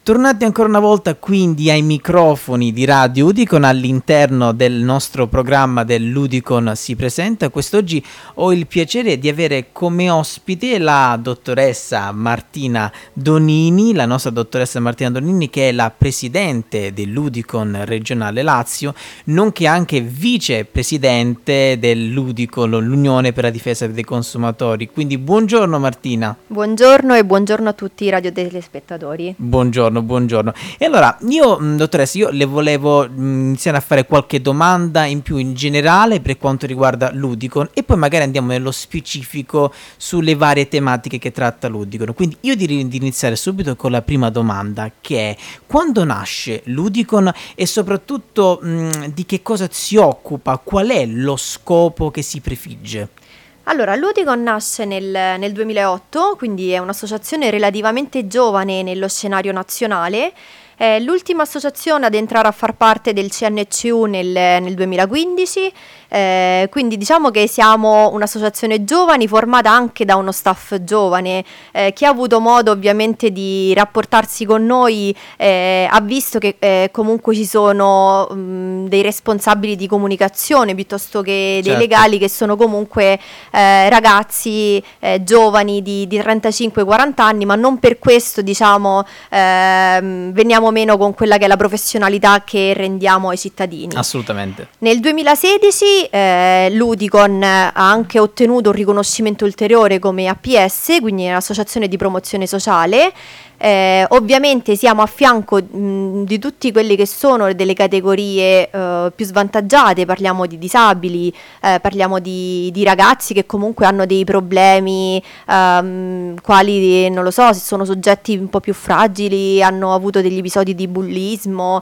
Tornati ancora una volta quindi ai microfoni di Radio Udicon all'interno del nostro programma dell'Udicon si presenta. Quest'oggi ho il piacere di avere come ospite la dottoressa Martina Donini, la nostra dottoressa Martina Donini, che è la presidente dell'Udicon regionale Lazio, nonché anche vicepresidente dell'Udicon, l'Unione per la difesa dei consumatori. Quindi buongiorno Martina. Buongiorno e buongiorno a tutti i radiotelespettatori. Buongiorno. E allora, dottoressa, io le volevo iniziare a fare qualche domanda in più in generale per quanto riguarda l'Udicon e poi magari andiamo nello specifico sulle varie tematiche che tratta l'Udicon. Quindi io direi di iniziare subito con la prima domanda, che è: quando nasce l'Udicon e soprattutto di che cosa si occupa, qual è lo scopo che si prefigge? Allora, l'Udicon nasce nel 2008, quindi è un'associazione relativamente giovane nello scenario nazionale. È l'ultima associazione ad entrare a far parte del CNCU nel 2015, quindi diciamo che siamo un'associazione giovane formata anche da uno staff giovane. Chi ha avuto modo ovviamente di rapportarsi con noi ha visto che comunque ci sono dei responsabili di comunicazione piuttosto che dei legali, che sono comunque ragazzi giovani di 35-40 anni, ma non per questo diciamo veniamo meno con quella che è la professionalità che rendiamo ai cittadini. Assolutamente. Nel 2016 l'Udicon ha anche ottenuto un riconoscimento ulteriore come APS, quindi un'associazione di promozione sociale. Ovviamente siamo a fianco di tutti quelli che sono delle categorie più svantaggiate, parliamo di disabili, parliamo di ragazzi che comunque hanno dei problemi quali, non lo so, se sono soggetti un po' più fragili, hanno avuto degli episodi di bullismo,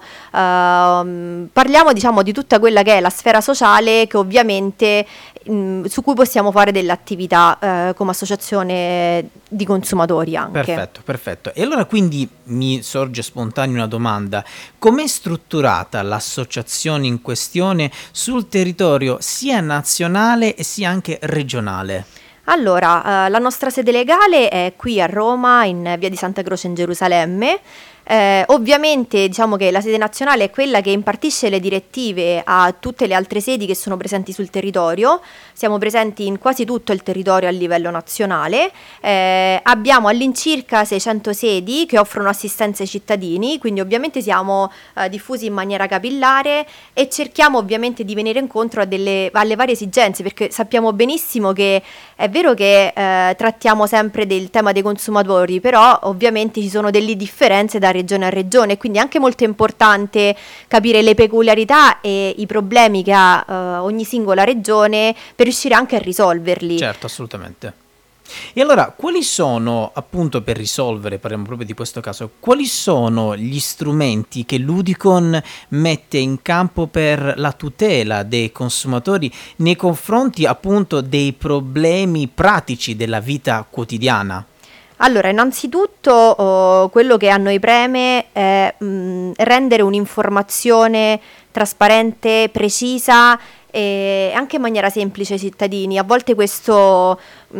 parliamo diciamo di tutta quella che è la sfera sociale che ovviamente su cui possiamo fare delle attività come associazione di consumatori anche. Perfetto. E allora quindi mi sorge spontanea una domanda: com'è strutturata l'associazione in questione sul territorio sia nazionale e sia anche regionale? Allora, la nostra sede legale è qui a Roma, in via di Santa Croce in Gerusalemme. Ovviamente diciamo che la sede nazionale è quella che impartisce le direttive a tutte le altre sedi che sono presenti sul territorio. Siamo presenti in quasi tutto il territorio a livello nazionale. Abbiamo all'incirca 600 sedi che offrono assistenza ai cittadini, quindi ovviamente siamo diffusi in maniera capillare e cerchiamo ovviamente di venire incontro alle varie esigenze, perché sappiamo benissimo che è vero che trattiamo sempre del tema dei consumatori, però ovviamente ci sono delle differenze da regione a regione, quindi è anche molto importante capire le peculiarità e i problemi che ha ogni singola regione per riuscire anche a risolverli. Certo, assolutamente. E allora, quali sono, appunto, per risolvere, parliamo proprio di questo caso, quali sono gli strumenti che l'Udicon mette in campo per la tutela dei consumatori nei confronti, appunto, dei problemi pratici della vita quotidiana? Allora, innanzitutto quello che a noi preme è rendere un'informazione trasparente, precisa e anche in maniera semplice ai cittadini. A volte questo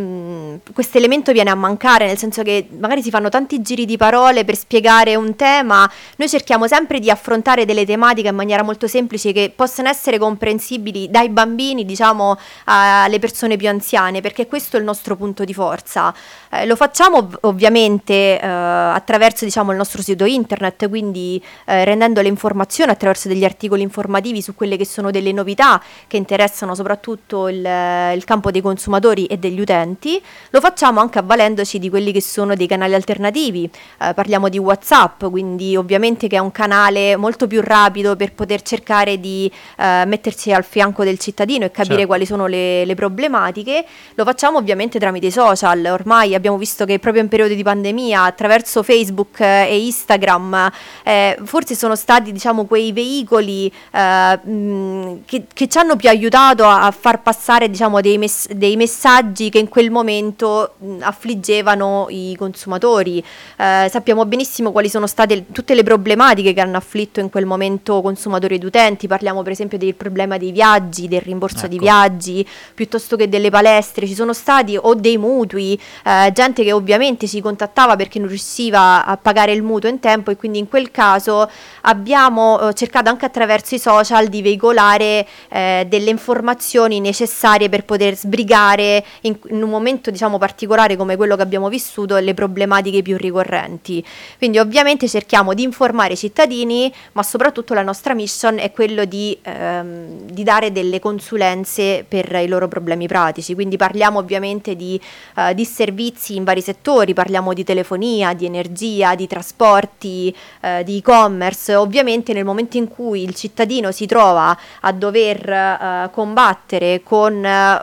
elemento viene a mancare, nel senso che magari si fanno tanti giri di parole per spiegare un tema. Noi cerchiamo sempre di affrontare delle tematiche in maniera molto semplice, che possano essere comprensibili dai bambini, diciamo, alle persone più anziane, perché questo è il nostro punto di forza. Lo facciamo ovviamente attraverso, diciamo, il nostro sito internet, quindi rendendo le informazioni attraverso degli articoli informativi su quelle che sono delle novità che interessano soprattutto il campo dei consumatori e degli utenti. Lo facciamo anche avvalendoci di quelli che sono dei canali alternativi. Parliamo di WhatsApp, quindi ovviamente che è un canale molto più rapido per poter cercare di mettersi al fianco del cittadino e capire quali sono le problematiche. Lo facciamo ovviamente tramite i social. Ormai abbiamo visto che proprio in periodo di pandemia, attraverso Facebook e Instagram, forse sono stati, diciamo, quei veicoli che ci hanno hanno più aiutato a far passare, diciamo, dei messaggi che in quel momento affliggevano i consumatori. Sappiamo benissimo quali sono state tutte le problematiche che hanno afflitto in quel momento consumatori ed utenti. Parliamo per esempio del problema dei viaggi, del rimborso di viaggi, piuttosto che delle palestre. Ci sono stati, o dei mutui, gente che ovviamente si contattava perché non riusciva a pagare il mutuo in tempo, e quindi in quel caso abbiamo cercato anche attraverso i social di veicolare delle informazioni necessarie per poter sbrigare in un momento, diciamo, particolare come quello che abbiamo vissuto, le problematiche più ricorrenti. Quindi ovviamente cerchiamo di informare i cittadini, ma soprattutto la nostra mission è quello di dare delle consulenze per i loro problemi pratici. Quindi parliamo ovviamente di servizi in vari settori, parliamo di telefonia, di energia, di trasporti, di e-commerce. Ovviamente nel momento in cui il cittadino si trova a dover combattere con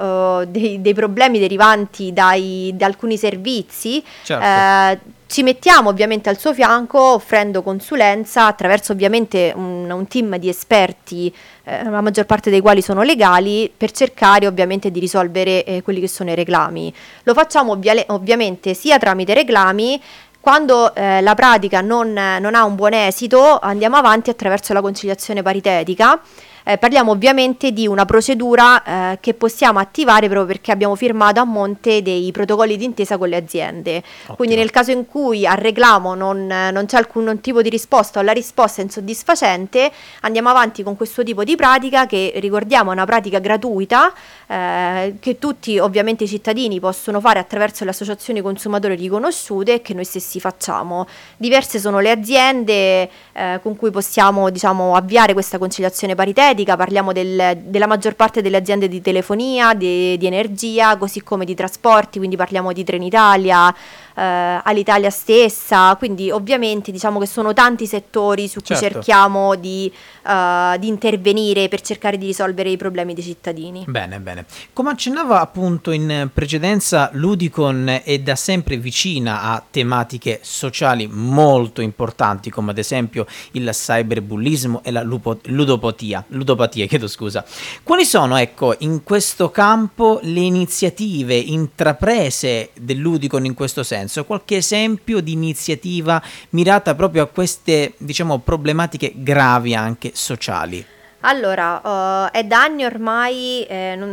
dei problemi derivanti da alcuni servizi, certo, ci mettiamo ovviamente al suo fianco offrendo consulenza attraverso ovviamente un team di esperti, la maggior parte dei quali sono legali, per cercare ovviamente di risolvere quelli che sono i reclami. Lo facciamo ovviamente sia tramite reclami. Quando la pratica non ha un buon esito, andiamo avanti attraverso la conciliazione paritetica. Parliamo ovviamente di una procedura che possiamo attivare proprio perché abbiamo firmato a monte dei protocolli d'intesa con le aziende. Ottimo. Quindi nel caso in cui al reclamo non c'è alcun tipo di risposta o la risposta è insoddisfacente, andiamo avanti con questo tipo di pratica, che ricordiamo è una pratica gratuita, che tutti ovviamente i cittadini possono fare attraverso le associazioni consumatori riconosciute e che noi stessi facciamo. Diverse sono le aziende con cui possiamo, diciamo, avviare questa conciliazione paritetica. Parliamo della maggior parte delle aziende di telefonia, di energia, così come di trasporti, quindi parliamo di Trenitalia, Alitalia stessa. Quindi ovviamente diciamo che sono tanti settori su cui cerchiamo di intervenire per cercare di risolvere i problemi dei cittadini. Bene. Come accennava appunto in precedenza, Ludicon è da sempre vicina a tematiche sociali molto importanti, come ad esempio il cyberbullismo e la ludopatia, chiedo scusa. Quali sono, ecco, in questo campo le iniziative intraprese del Ludicon in questo senso? Qualche esempio di iniziativa mirata proprio a queste, diciamo, problematiche gravi anche sociali? Allora, è da anni ormai,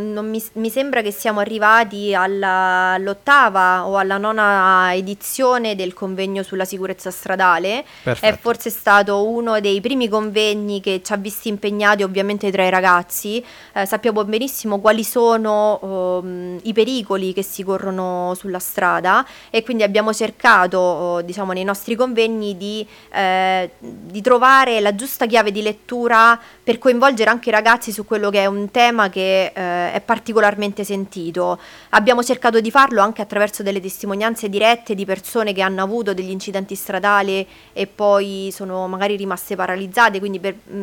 mi sembra che siamo arrivati all'ottava o alla nona edizione del convegno sulla sicurezza stradale. Perfetto. È forse stato uno dei primi convegni che ci ha visti impegnati ovviamente tra i ragazzi. Sappiamo benissimo quali sono i pericoli che si corrono sulla strada, e quindi abbiamo cercato, diciamo, nei nostri convegni di trovare la giusta chiave di lettura per coinvolgere anche i ragazzi su quello che è un tema che è particolarmente sentito. Abbiamo cercato di farlo anche attraverso delle testimonianze dirette di persone che hanno avuto degli incidenti stradali e poi sono magari rimaste paralizzate, quindi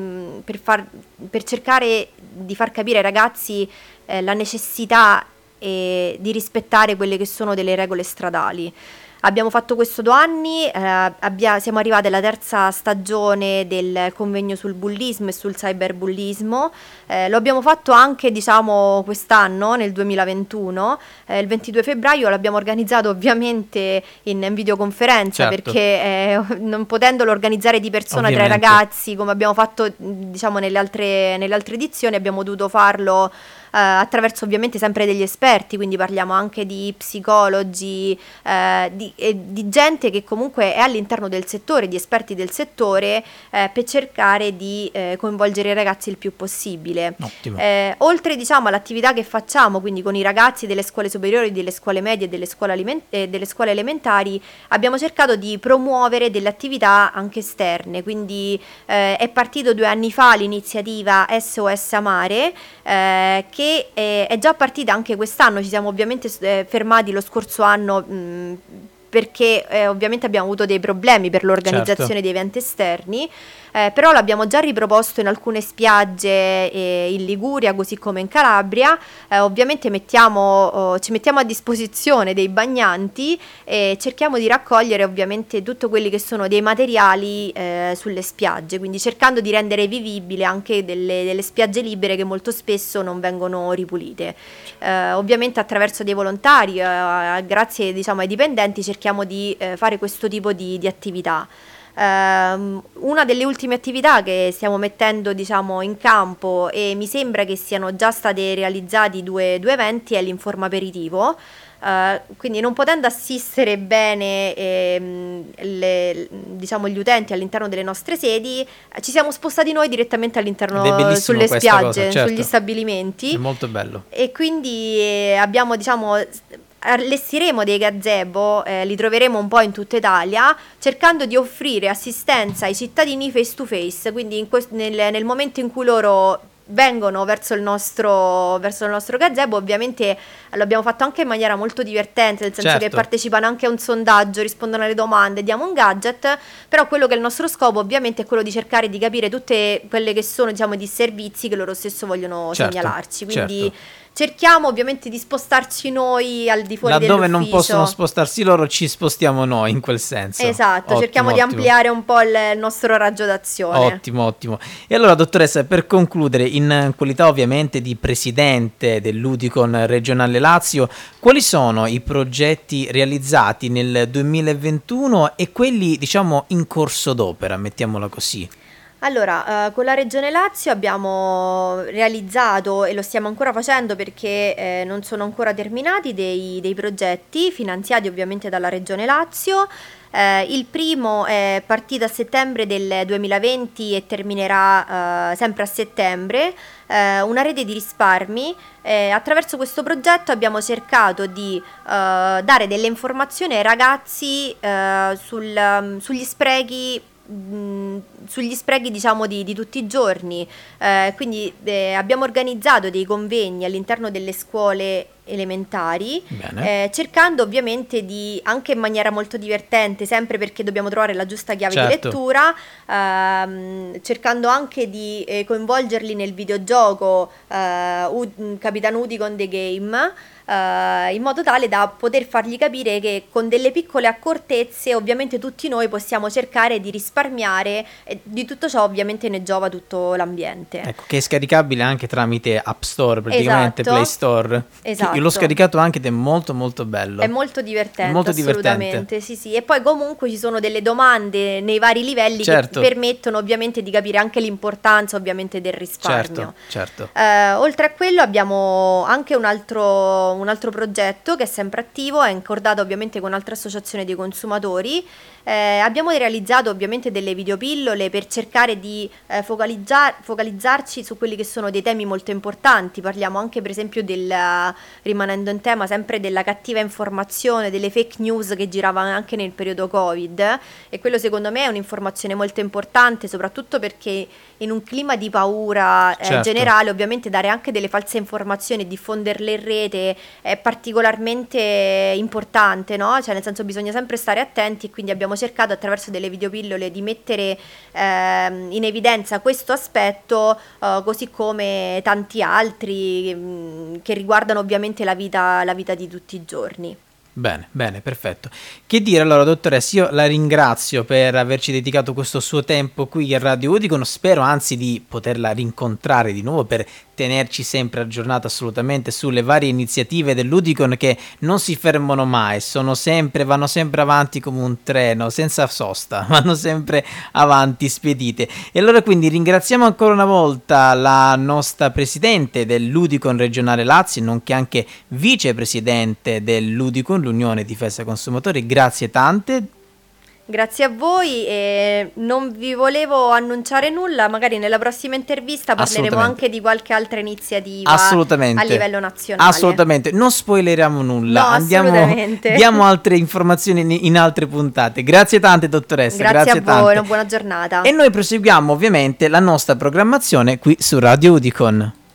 per cercare di far capire ai ragazzi la necessità di rispettare quelle che sono delle regole stradali. Abbiamo fatto questo 2 anni, siamo arrivati alla terza stagione del convegno sul bullismo e sul cyberbullismo. Lo abbiamo fatto anche, diciamo, quest'anno, nel 2021. Il 22 febbraio l'abbiamo organizzato ovviamente in videoconferenza, certo, perché non potendolo organizzare di persona ovviamente tra i ragazzi come abbiamo fatto, diciamo, nelle altre edizioni, abbiamo dovuto farlo attraverso ovviamente sempre degli esperti, quindi parliamo anche di psicologi, di gente che comunque è all'interno del settore, di esperti del settore, per cercare di coinvolgere i ragazzi il più possibile. Oltre, diciamo, all'attività che facciamo quindi con i ragazzi delle scuole superiori, delle scuole medie e delle scuole elementari, abbiamo cercato di promuovere delle attività anche esterne. Quindi è partito 2 anni fa l'iniziativa SOS Amare, che è già partita anche quest'anno. Ci siamo ovviamente fermati lo scorso anno perché ovviamente abbiamo avuto dei problemi per l'organizzazione di eventi esterni, però l'abbiamo già riproposto in alcune spiagge in Liguria, così come in Calabria. Ovviamente ci mettiamo a disposizione dei bagnanti e cerchiamo di raccogliere ovviamente tutto quelli che sono dei materiali sulle spiagge, quindi cercando di rendere vivibile anche delle spiagge libere che molto spesso non vengono ripulite. Ovviamente attraverso dei volontari, grazie diciamo ai dipendenti, cerchiamo di fare questo tipo di attività. Una delle ultime attività che stiamo mettendo diciamo in campo, e mi sembra che siano già stati realizzati due eventi, è l'Informa Aperitivo. Quindi non potendo assistere bene diciamo gli utenti all'interno delle nostre sedi, ci siamo spostati noi direttamente all'interno sulle spiagge, certo, sugli stabilimenti. È molto bello. E quindi abbiamo diciamo allestiremo dei gazebo, li troveremo un po' in tutta Italia, cercando di offrire assistenza ai cittadini face to face, quindi nel momento in cui loro vengono verso il nostro gazebo. Ovviamente lo abbiamo fatto anche in maniera molto divertente, nel senso che partecipano anche a un sondaggio, rispondono alle domande, diamo un gadget, però quello che è il nostro scopo ovviamente è quello di cercare di capire tutte quelle che sono diciamo i disservizi che loro stesso vogliono segnalarci, quindi cerchiamo ovviamente di spostarci noi al di fuori dell'ufficio. Laddove non possono spostarsi loro, ci spostiamo noi in quel senso. Esatto, ottimo, cerchiamo di ampliare un po' il nostro raggio d'azione. Ottimo. E allora, dottoressa, per concludere, in qualità ovviamente di presidente dell'Udicon regionale Lazio, quali sono i progetti realizzati nel 2021 e quelli diciamo in corso d'opera, mettiamola così? Allora, con la Regione Lazio abbiamo realizzato, e lo stiamo ancora facendo perché non sono ancora terminati, dei progetti finanziati ovviamente dalla Regione Lazio. Il primo è partito a settembre del 2020 e terminerà sempre a settembre, una rete di risparmi. Attraverso questo progetto abbiamo cercato di dare delle informazioni ai ragazzi sugli sprechi diciamo di tutti i giorni, quindi abbiamo organizzato dei convegni all'interno delle scuole elementari, cercando ovviamente di, anche in maniera molto divertente, sempre perché dobbiamo trovare la giusta chiave di lettura, cercando anche di coinvolgerli nel videogioco Capitan Udicon The Game, in modo tale da poter fargli capire che con delle piccole accortezze ovviamente tutti noi possiamo cercare di risparmiare, e di tutto ciò ovviamente ne giova tutto l'ambiente. Ecco, che è scaricabile anche tramite App Store, praticamente Play Store. Esatto. Io l'ho scaricato anche ed è molto molto bello. È molto divertente, assolutamente. Sì. E poi comunque ci sono delle domande nei vari livelli che permettono ovviamente di capire anche l'importanza ovviamente del risparmio. Certo. Oltre a quello abbiamo anche un altro progetto che è sempre attivo, è incordato ovviamente con altre associazioni di consumatori. Abbiamo realizzato ovviamente delle videopillole per cercare di focalizzarci su quelli che sono dei temi molto importanti. Parliamo anche per esempio rimanendo in tema sempre della cattiva informazione, delle fake news che giravano anche nel periodo Covid, e quello secondo me è un'informazione molto importante, soprattutto perché in un clima di paura generale ovviamente dare anche delle false informazioni e diffonderle in rete è particolarmente importante, no? Cioè nel senso bisogna sempre stare attenti, e quindi abbiamo cercato attraverso delle videopillole di mettere in evidenza questo aspetto, così come tanti altri che riguardano ovviamente la vita di tutti i giorni. Bene, perfetto. Che dire allora, dottoressa, io la ringrazio per averci dedicato questo suo tempo qui a Radio Udicon, spero anzi di poterla rincontrare di nuovo per tenerci sempre aggiornata assolutamente sulle varie iniziative dell'Udicon, che non si fermano mai, vanno sempre avanti come un treno, senza sosta, vanno sempre avanti spedite. E allora quindi ringraziamo ancora una volta la nostra presidente dell'Udicon regionale Lazio, nonché anche vicepresidente dell'Udicon, l'Unione Difesa Consumatori. Grazie tante. Grazie a voi, e non vi volevo annunciare nulla, magari nella prossima intervista parleremo anche di qualche altra iniziativa a livello nazionale. Assolutamente, non spoileriamo nulla, diamo altre informazioni in altre puntate. Grazie tante, dottoressa. Grazie a voi, una buona giornata. E noi proseguiamo ovviamente la nostra programmazione qui su Radio Udicon.